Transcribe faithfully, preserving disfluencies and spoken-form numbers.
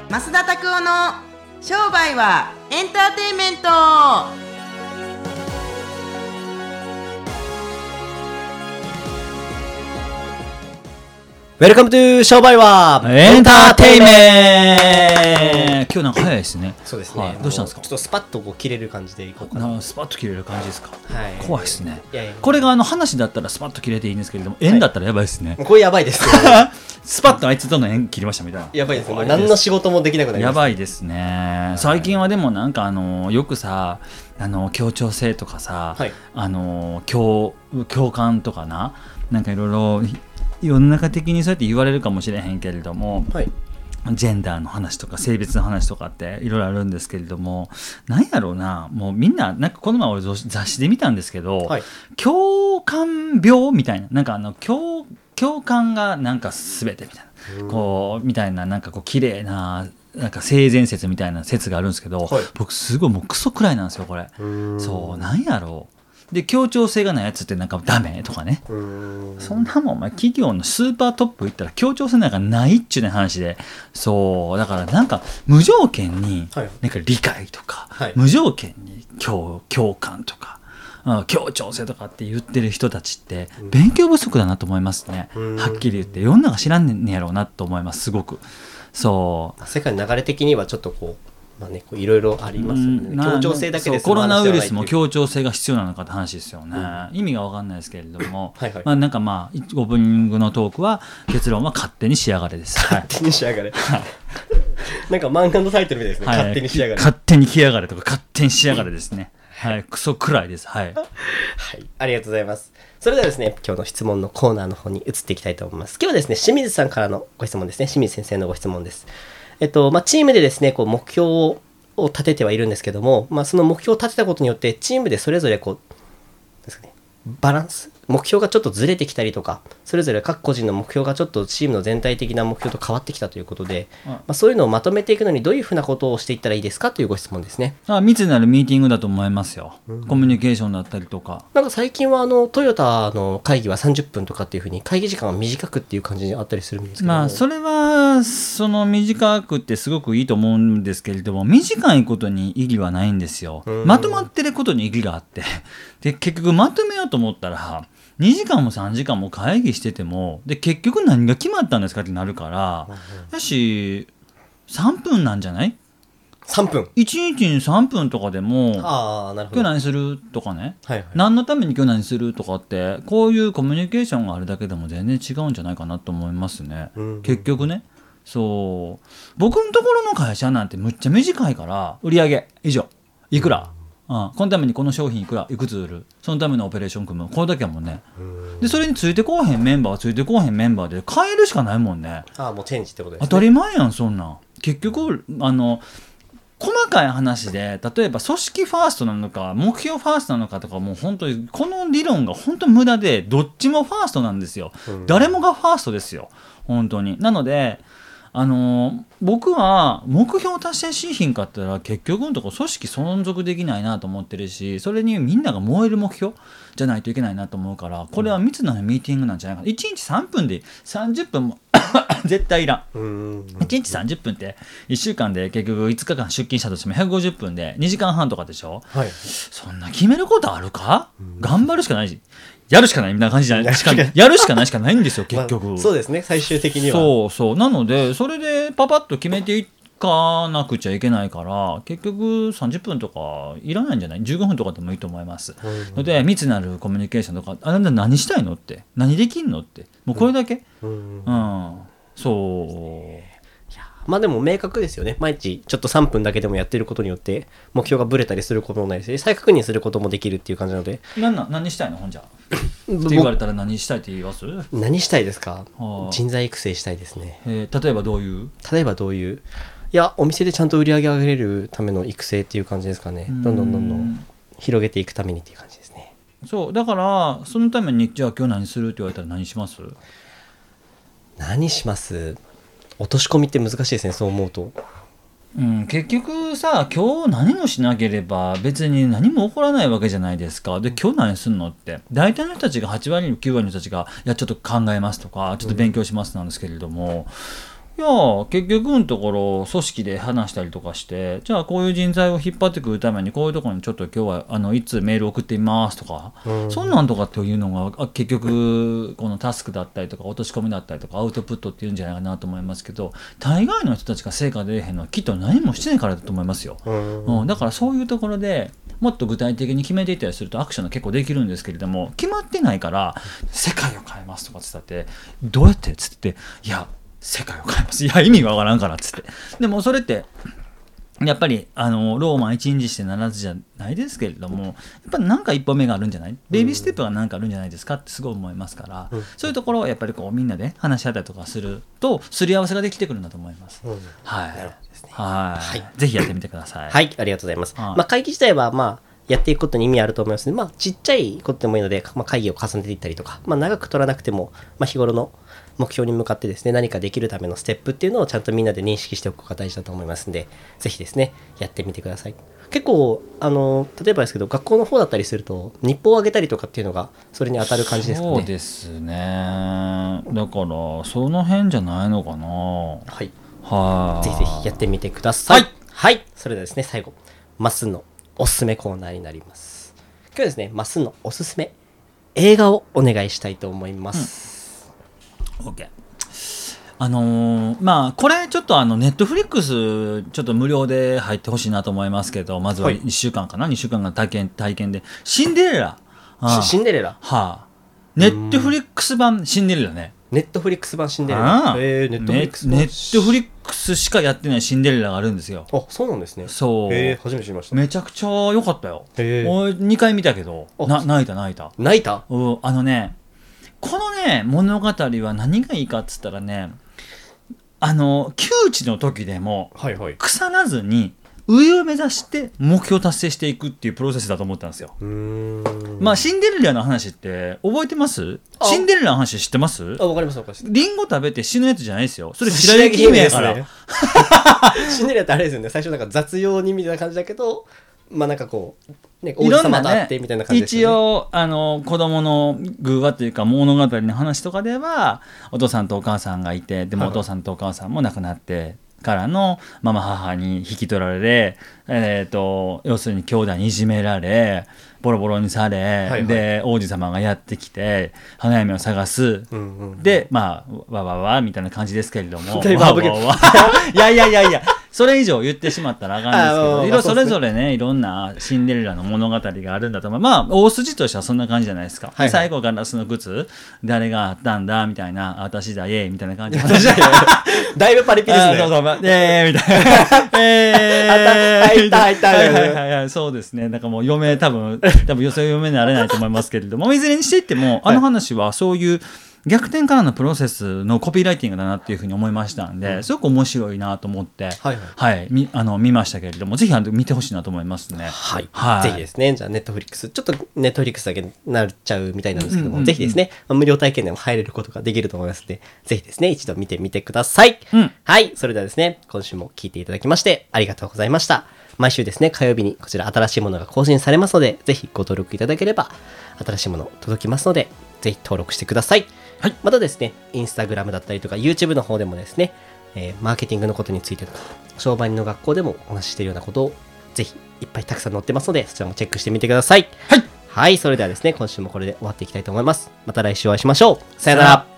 増田拓夫の商売はエンターテインメント。 ウェルカムトゥ商売はエンターテイメント。今日なんか早いですね。 そうですね、 はい、どうしたんですか。 ちょっとスパッとこう切れる感じでいこうかな。 スパッと切れる感じですか。 はい、 怖いですね。 いやいやこれがあの話だったらスパッと切れていいんですけれども、はい、縁だったらやばいですね。 これやばいですよスパッとあいつとの縁切りましたみたいな。 やばいですね。何の仕事もできなくなります。 やばいですね。最近はでもなんかあのよくさ、あの協調性とかさ、はい、あの 共, 共感とかな、なんかいろいろ世の中的にそうやって言われるかもしれへんけれども、はい、ジェンダーの話とか性別の話とかっていろいろあるんですけれども、なんやろうな、もうみんななんかこの前俺雑誌で見たんですけど、はい、共感病みたいな、なんかあの 共, 共感がなんか全てみたいな、こうみたいな、なんかこう綺麗ななんか性善説みたいな説があるんですけど、はい、僕すごいもうクソくらいなんですよこれ。そうなんやろう。で協調性がないやつってなんかダメとかね、うーん、そんなもんお前企業のスーパートップ行ったら協調性なんかないっちゅうね話で、そうだからなんか無条件になんか理解とか、はい、無条件に 共, 共感とか協調性とかって言ってる人たちって勉強不足だなと思いますね。はっきり言って世の中知らんねやろうなと思います。すごくそう世界の流れ的にはちょっとこうまあね、いろいろありますよね。協調性だけでコロナウイルスも協調性が必要なのかって話ですよね、うん、意味が分かんないですけれどもはい、はい、まあ、なんかまあオープニングのトークは結論は勝手に仕上がれです。 勝手に仕上がれ、はい、なんか漫画のタイトルみたいですね、はい、勝手に仕上がれ、 勝手に来やがれとか勝手に仕上がれですねはい、クソくらいです。はい、はい、 ありがとうございます。それではですね、今日の質問のコーナーの方に移っていきたいと思います。今日はですね、清水さんからのご質問ですね。清水先生のご質問です。えっとまあ、チームでですねこう目標をを立ててはいるんですけども、まあ、その目標を立てたことによってチームでそれぞれこうですかね、バランス目標がちょっとずれてきたりとか、それぞれ各個人の目標がちょっとチームの全体的な目標と変わってきたということで、うん、まあ、そういうのをまとめていくのにどういうふうなことをしていったらいいですかというご質問ですね。 あ、密なるミーティングだと思いますよ、うん、コミュニケーションだったりとか。 なんか最近はあのトヨタの会議はさんじゅっぷんとかっていうふうに会議時間が短くっていう感じにあったりするんですけど、 まあそれはその短くってすごくいいと思うんですけれども、短いことに意義はないんですよ。まとまってることに意義があって、で結局まとめようと思ったらにじかんもさんじかんも会議してても、で結局何が決まったんですかってなるから、やしさんぷんなんじゃない？ さんぷんいちにちにさんぷんとかでも、 あ、なるほど、 今日何するとかね、 はいはい、 何のために今日何するとかって、こういうコミュニケーションがあるだけでも全然違うんじゃないかなと思いますね、うんうん、結局ね。そう僕のところの会社なんてむっちゃ短いから、売上以上いくら、うん、このためにこの商品いくらいくつ売る、そのためのオペレーション組む、これだけはもんね。でそれについてこうへんメンバーはついてこうへんメンバーで変えるしかないもんね。 ああ、もうチェンジってことですね。 当たり前やんそんなん。結局あの細かい話で、例えば組織ファーストなのか目標ファーストなのかとか、もう本当にこの理論が本当に無駄で、どっちもファーストなんですよ、うん、誰もがファーストですよ本当に。なのであのー、僕は目標達成しひんかったら結局のところ組織存続できないなと思ってるし、それにみんなが燃える目標じゃないといけないなと思うから、これは密なミーティングなんじゃないかな。いちにちさんぷんでさんじゅっぷんも絶対いらん。うんいちにちさんじゅっぷんっていっしゅうかんで結局いつかかん出勤したとしてもひゃくごじゅっぷんでにじかんはんとかでしょ、はい、そんな決めることあるか。頑張るしかないし、やるしかないみたいな感じじゃないしかやるしかないしかないんですよ結局、まあ、そうですね、最終的には。 そうそう、なのでそれでパパッと決めていかなくちゃいけないから、結局さんじゅっぷんとかいらないんじゃない、じゅうごふんとかでもいいと思います、うん、ので密なるコミュニケーションとか、あなた何したいのって、何できんのって、もうこれだけ、うん、うん、そうまあでも明確ですよね。毎日ちょっとさんぷんだけでもやってることによって目標がブレたりすることもないし、再確認することもできるっていう感じなので。 なな何したいのほんじゃって言われたら何したいって言います？ 何したいですか？人材育成したいですね。 えー、例えばどういう例えばどういういやお店でちゃんと売り上げ上げれるための育成っていう感じですかね。どんどんどんどん広げていくためにっていう感じですね。 そうだからそのためにじゃあ今日何するって言われたら何します？ 何します落とし込みって難しいですね、そう思うと。 うん、結局さ、今日何もしなければ別に何も起こらないわけじゃないですか。で今日何するのって大体の人たちがはちわりきゅうわりの人たちがいやちょっと考えますとかちょっと勉強しますなんですけれども、 いや結局のところ組織で話したりとかして、じゃあこういう人材を引っ張ってくるためにこういうところにちょっと今日はあのいつメール送ってみますとか、うん、そんなんとかっていうのが結局このタスクだったりとか落とし込みだったりとかアウトプットっていうんじゃないかなと思いますけど、大概の人たちが成果出えへんのはきっと何もしてないからだと思いますよ、うんうん、だからそういうところでもっと具体的に決めていったりするとアクションが結構できるんですけれども、決まってないから世界を変えますとかって言ったってどうやってっつっていや世界を変えます、いや意味わからんからっつって、でもそれってやっぱりあのローマ一日してならずじゃないですけれども、やっぱりなんか一歩目があるんじゃない、ベイビーステップがなんかあるんじゃないですかってすごい思いますから、うん、そういうところをやっぱりこうみんなで話し合ったりとかするとすり合わせができてくるんだと思います、うん、はい、なるほどですね、はい、はい、ぜひやってみてください。 はい、ありがとうございます、はい、まあ、会議自体はまあやっていくことに意味あると思いますので、まあ、ちっちゃいことでもいいので、まあ、会議を重ねていったりとか、まあ、長く取らなくても、まあ、日頃の目標に向かってですね、何かできるためのステップっていうのをちゃんとみんなで認識しておくことが大事だと思いますので、ぜひですねやってみてください。結構あの例えばですけど学校の方だったりすると日報をあげたりとかっていうのがそれに当たる感じですかね。 そうですね、だからその辺じゃないのかな。はい、はぜひぜひやってみてください。はい、はい、それではですね最後マスのおすすめコーナーになります。今日はですねマスのおすすめ映画をお願いしたいと思います、 うん、OK。あのー、まあこれちょっとあのネットフリックスちょっと無料で入ってほしいなと思いますけど、まずはいっしゅうかんかな、はい、にしゅうかんが体験体験でシンデレラ、 あシンデレラ、 はあ、ネットフリックス版シンデレラね。 ネットフリックス版シンデレラ、えー、ネットフリックス版、 ネットフリックスしかやってないシンデレラがあるんですよ。 あ、そうなんですね。 そう、 えー、初めて知りました。 めちゃくちゃ良かったよ。えー、俺にかい見たけどな泣いた泣いた泣いた。 うん、あのねこのね物語は何がいいかっつったらね、あの窮地の時でも腐らずに上を目指して目標達成していくっていうプロセスだと思ったんですよ。うーん、まあシンデレラの話って覚えてます？シンデレラの話知ってます？ あ、わかりますわかります。 リンゴ食べて死ぬやつじゃないですよ。それ白雪姫やから、ね、 シンデレラってあれですよね、最初なんか雑用にみたいな感じだけど、まあなんかこう、ね、王子様と会ってみたいな感じですよね。 一応あの子供の寓話というか物語の話とかではお父さんとお母さんがいて、でもお父さんとお母さんも亡くなってからのママ母に引き取られ、えー、と要するに兄弟にいじめられボロボロにされ、はいはい、で王子様がやってきて花嫁を探す、うんうん、でまあわわわみたいな感じですけれども、わわわいやいやいやいやそれ以上言ってしまったらあかんですけど、いろそれぞれねいろんなシンデレラの物語があるんだと思う。まあ大筋としてはそんな感じじゃないですか、はいはい、最後ガラスの靴誰があったんだみたいな、私だイエーイみたいな感じだいぶパリピですね。 そうそう、えーみたいなえー入った入ったはいはいはいはい、そうですね。なんかもう嫁多分多分そういう嫁になれないと思いますけれども、いずれにしていってもあの話はそういう逆転からのプロセスのコピーライティングだなっていうふうに思いましたんで、うん、すごく面白いなと思って、はいはいはい、みあの見ましたけれども、ぜひ見てほしいなと思いますね。 はい、はい、ぜひですね。じゃあネットフリックスちょっとネットフリックスだけになっちゃうみたいなんですけども、うんうんうん、ぜひですね無料体験でも入れることができると思いますので、ぜひですね一度見てみてください、うん、はい。それではですね今週も聞いていただきましてありがとうございました。毎週ですね火曜日にこちら新しいものが更新されますので、ぜひご登録いただければ新しいもの届きますので、ぜひ登録してください。はい、またですねインスタグラムだったりとか YouTube の方でもですね、えー、マーケティングのことについてとか商売人の学校でもお話ししているようなことをぜひいっぱいたくさん載ってますので、そちらもチェックしてみてください。はい、はい、それではですね今週もこれで終わっていきたいと思います。また来週お会いしましょう。さよなら。